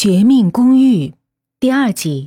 绝命公寓第2集。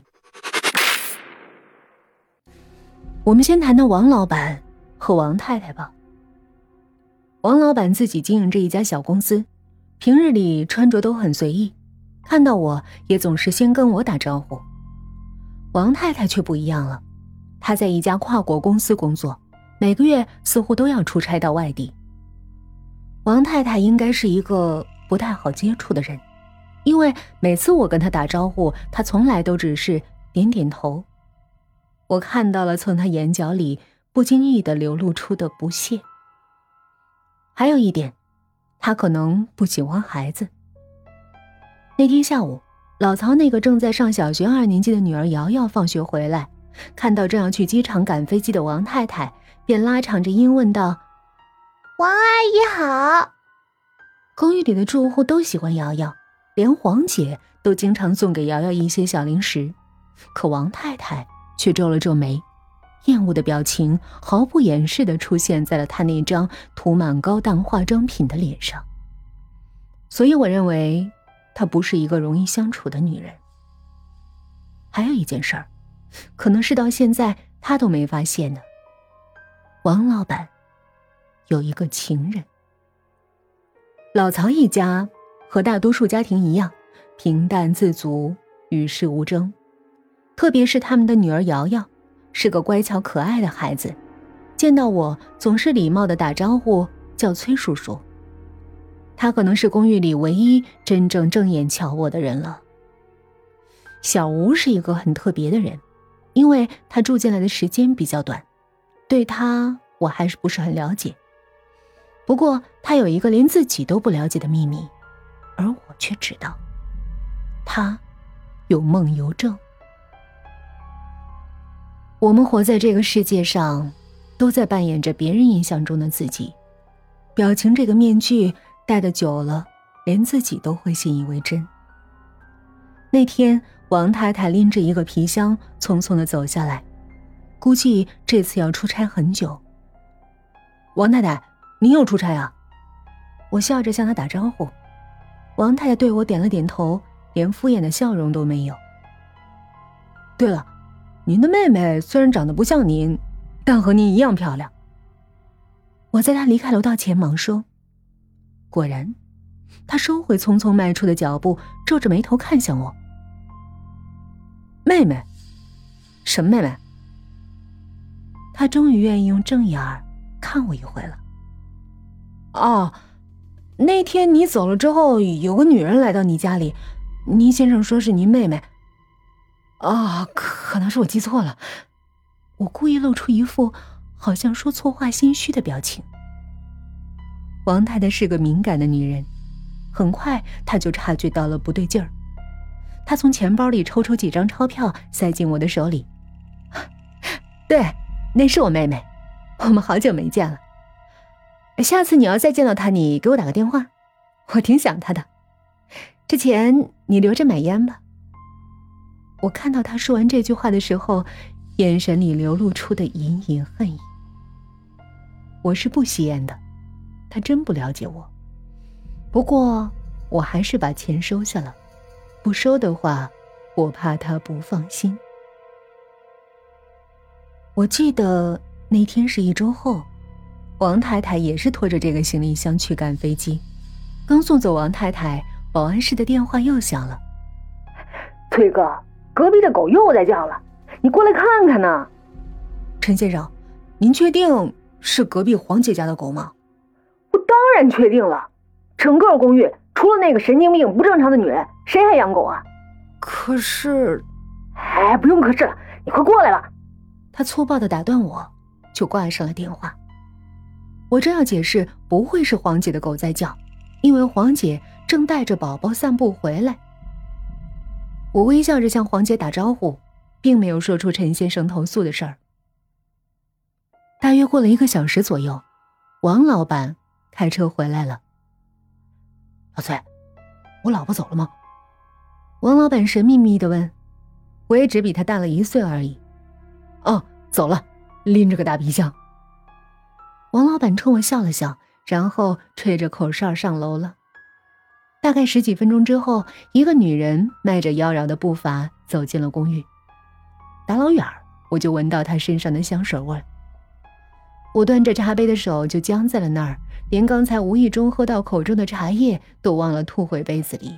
我们先谈谈王老板和王太太吧。王老板自己经营着一家小公司，平日里穿着都很随意，看到我也总是先跟我打招呼。王太太却不一样了，她在一家跨国公司工作，每个月似乎都要出差到外地。王太太应该是一个不太好接触的人，因为每次我跟她打招呼，她从来都只是点点头。我看到了从她眼角里不经意地流露出的不屑。还有一点，她可能不喜欢孩子。那天下午，老曹那个正在上小学2年级的女儿瑶瑶放学回来，看到正要去机场赶飞机的王太太，便拉长着音问道： 王阿姨好。 公寓里的住户都喜欢瑶瑶，连黄姐都经常送给瑶瑶一些小零食，可王太太却皱了皱眉，厌恶的表情毫不掩饰地出现在了她那张涂满高档化妆品的脸上。所以我认为她不是一个容易相处的女人。还有一件事儿，可能是到现在她都没发现的，王老板有一个情人。老曹一家和大多数家庭一样，平淡自足，与世无争。特别是他们的女儿瑶瑶，是个乖巧可爱的孩子，见到我总是礼貌地打招呼，叫崔叔叔。他可能是公寓里唯一真正正眼瞧我的人了。小吴是一个很特别的人，因为他住进来的时间比较短，对他我还是不是很了解。不过他有一个连自己都不了解的秘密，而我却知道，他有梦游症。我们活在这个世界上，都在扮演着别人印象中的自己，表情这个面具戴得久了，连自己都会信以为真。那天王太太拎着一个皮箱匆匆地走下来，估计这次要出差很久。王太太，您又出差啊？我笑着向她打招呼。王太太对我点了点头，连敷衍的笑容都没有。对了，您的妹妹虽然长得不像您，但和您一样漂亮。我在她离开楼道前忙说。果然，她收回匆匆迈出的脚步，皱着眉头看向我。妹妹？什么妹妹？她终于愿意用正眼看我一回了。哦，那天你走了之后，有个女人来到你家里，倪先生说是您妹妹。可能是我记错了。我故意露出一副好像说错话心虚的表情。王太太是个敏感的女人，很快她就察觉到了不对劲儿。她从钱包里抽出几张钞票塞进我的手里。对，那是我妹妹，我们好久没见了。下次你要再见到她，你给我打个电话，我挺想她的。这钱你留着买烟吧。我看到她说完这句话的时候，眼神里流露出的隐隐恨意。我是不吸烟的，她真不了解我。不过我还是把钱收下了，不收的话，我怕她不放心。我记得那天是1周后，王太太也是拖着这个行李箱去赶飞机。刚送走王太太，保安室的电话又响了。 崔哥，隔壁的狗又在叫了，你过来看看呢。 陈先生，您确定是隔壁黄姐家的狗吗？ 我当然确定了，整个公寓除了那个神经病不正常的女人，谁还养狗啊？ 可是…… 不用可是了，你快过来吧。 他粗暴地打断我，就挂上了电话。我正要解释不会是黄姐的狗在叫，因为黄姐正带着宝宝散步回来。我微笑着向黄姐打招呼，并没有说出陈先生投诉的事儿。大约过了1个小时左右，王老板开车回来了。老崔，我老婆走了吗？王老板神秘秘地问。我也只比他大了1岁而已。走了，拎着个大皮箱。王老板冲我笑了笑，然后吹着口哨上楼了。 大概10几分钟之后，一个女人迈着妖娆的步伐走进了公寓。大老远我就闻到她身上的香水味。我端着茶杯的手就僵在了那儿，连刚才无意中喝到口中的茶叶都忘了吐回杯子里。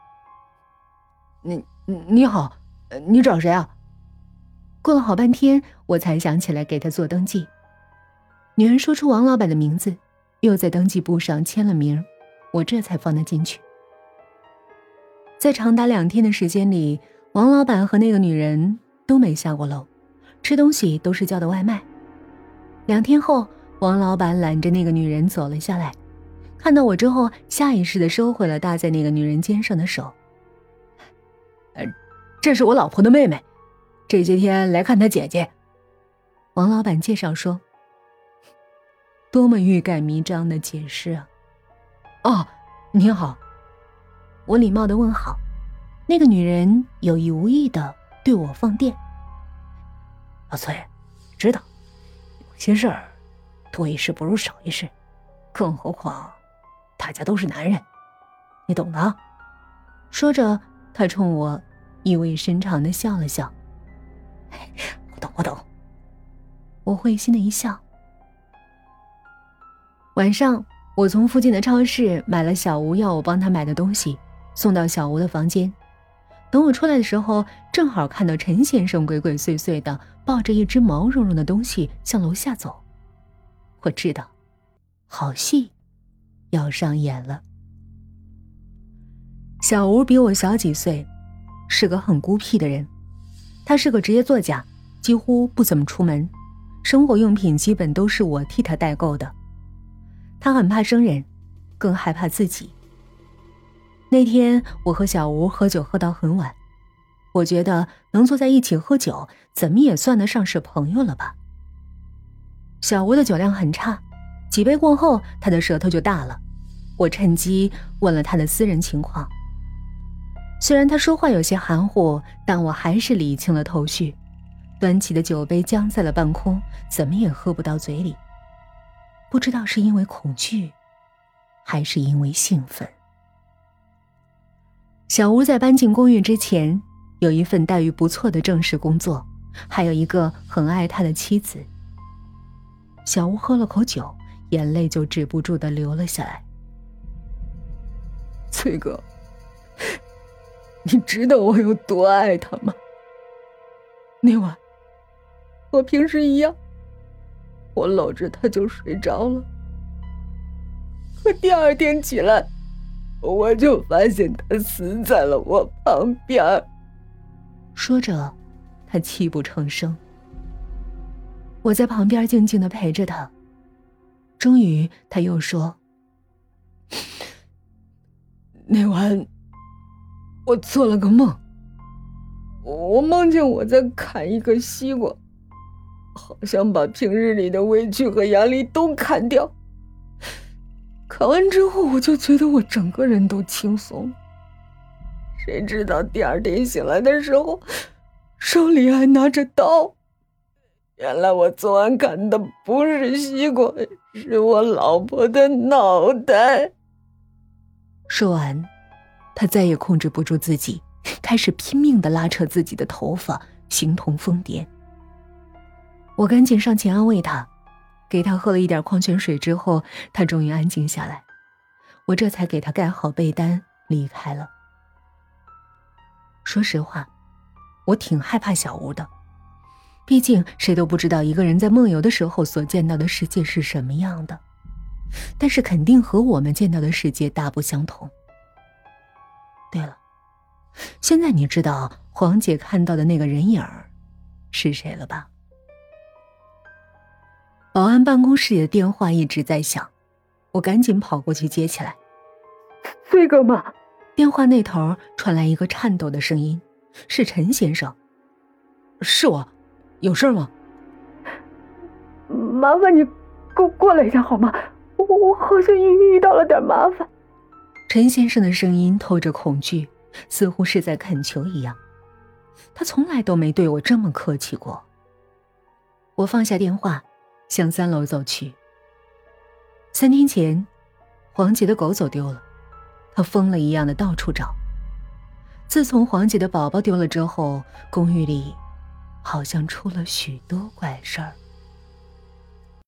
你好，你找谁啊？过了好半天，我才想起来给他做登记。女人说出王老板的名字，又在登记簿上签了名，我这才放他进去。在长达2天的时间里，王老板和那个女人都没下过楼，吃东西都是叫的外卖。2天后，王老板揽着那个女人走了下来，看到我之后，下意识地收回了搭在那个女人肩上的手。这是我老婆的妹妹，这些天来看她姐姐。王老板介绍说。多么欲盖弥彰的解释啊！哦，您好。我礼貌地问好。那个女人有意无意地对我放电。老崔，知道有些事儿多一事不如少一事，更何况大家都是男人，你懂的啊。说着，他冲我意味深长地笑了笑。我懂。我会心的一笑。晚上，我从附近的超市买了小吴要我帮他买的东西，送到小吴的房间。等我出来的时候，正好看到陈先生鬼鬼祟祟的抱着一只毛茸茸的东西向楼下走。我知道，好戏要上演了。小吴比我小几岁，是个很孤僻的人。他是个职业作家，几乎不怎么出门，生活用品基本都是我替他代购的。他很怕生人，更害怕自己。那天我和小吴喝酒喝到很晚，我觉得能坐在一起喝酒，怎么也算得上是朋友了吧。小吴的酒量很差，几杯过后他的舌头就大了。我趁机问了他的私人情况。虽然他说话有些含糊，但我还是理清了头绪。端起的酒杯僵在了半空，怎么也喝不到嘴里。不知道是因为恐惧，还是因为兴奋。小吴在搬进公寓之前，有一份待遇不错的正式工作，还有一个很爱他的妻子。小吴喝了口酒，眼泪就止不住地流了下来。崔哥，你知道我有多爱他吗？那晚，和平时一样，我搂着他就睡着了。可第2天起来，我就发现他死在了我旁边。说着，他泣不成声。我在旁边静静地陪着他。终于，他又说：“那晚，我做了个梦。我梦见我在砍一个西瓜，好像把平日里的委屈和压力都砍掉。砍完之后，我就觉得我整个人都轻松。谁知道第2天醒来的时候，手里还拿着刀。原来我昨晚砍的不是西瓜，是我老婆的脑袋。”说完，他再也控制不住自己，开始拼命地拉扯自己的头发，形同疯癫。我赶紧上前安慰他，给他喝了一点矿泉水之后，他终于安静下来。我这才给他盖好被单，离开了。说实话，我挺害怕小吴的，毕竟谁都不知道一个人在梦游的时候所见到的世界是什么样的，但是肯定和我们见到的世界大不相同。对了，现在你知道黄姐看到的那个人影是谁了吧？保安办公室里的电话一直在响，我赶紧跑过去接起来。 崔哥吗？ 电话那头传来一个颤抖的声音，是陈先生。是我，有事吗？ 麻烦你过来一下好吗？我好像遇到了点麻烦。 陈先生的声音透着恐惧，似乎是在恳求一样。他从来都没对我这么客气过。我放下电话，向3楼走去。3天前，黄杰的狗走丢了， 他疯了一样的到处找。自从黄姐的宝宝丢了之后，公寓里好像出了许多怪事儿。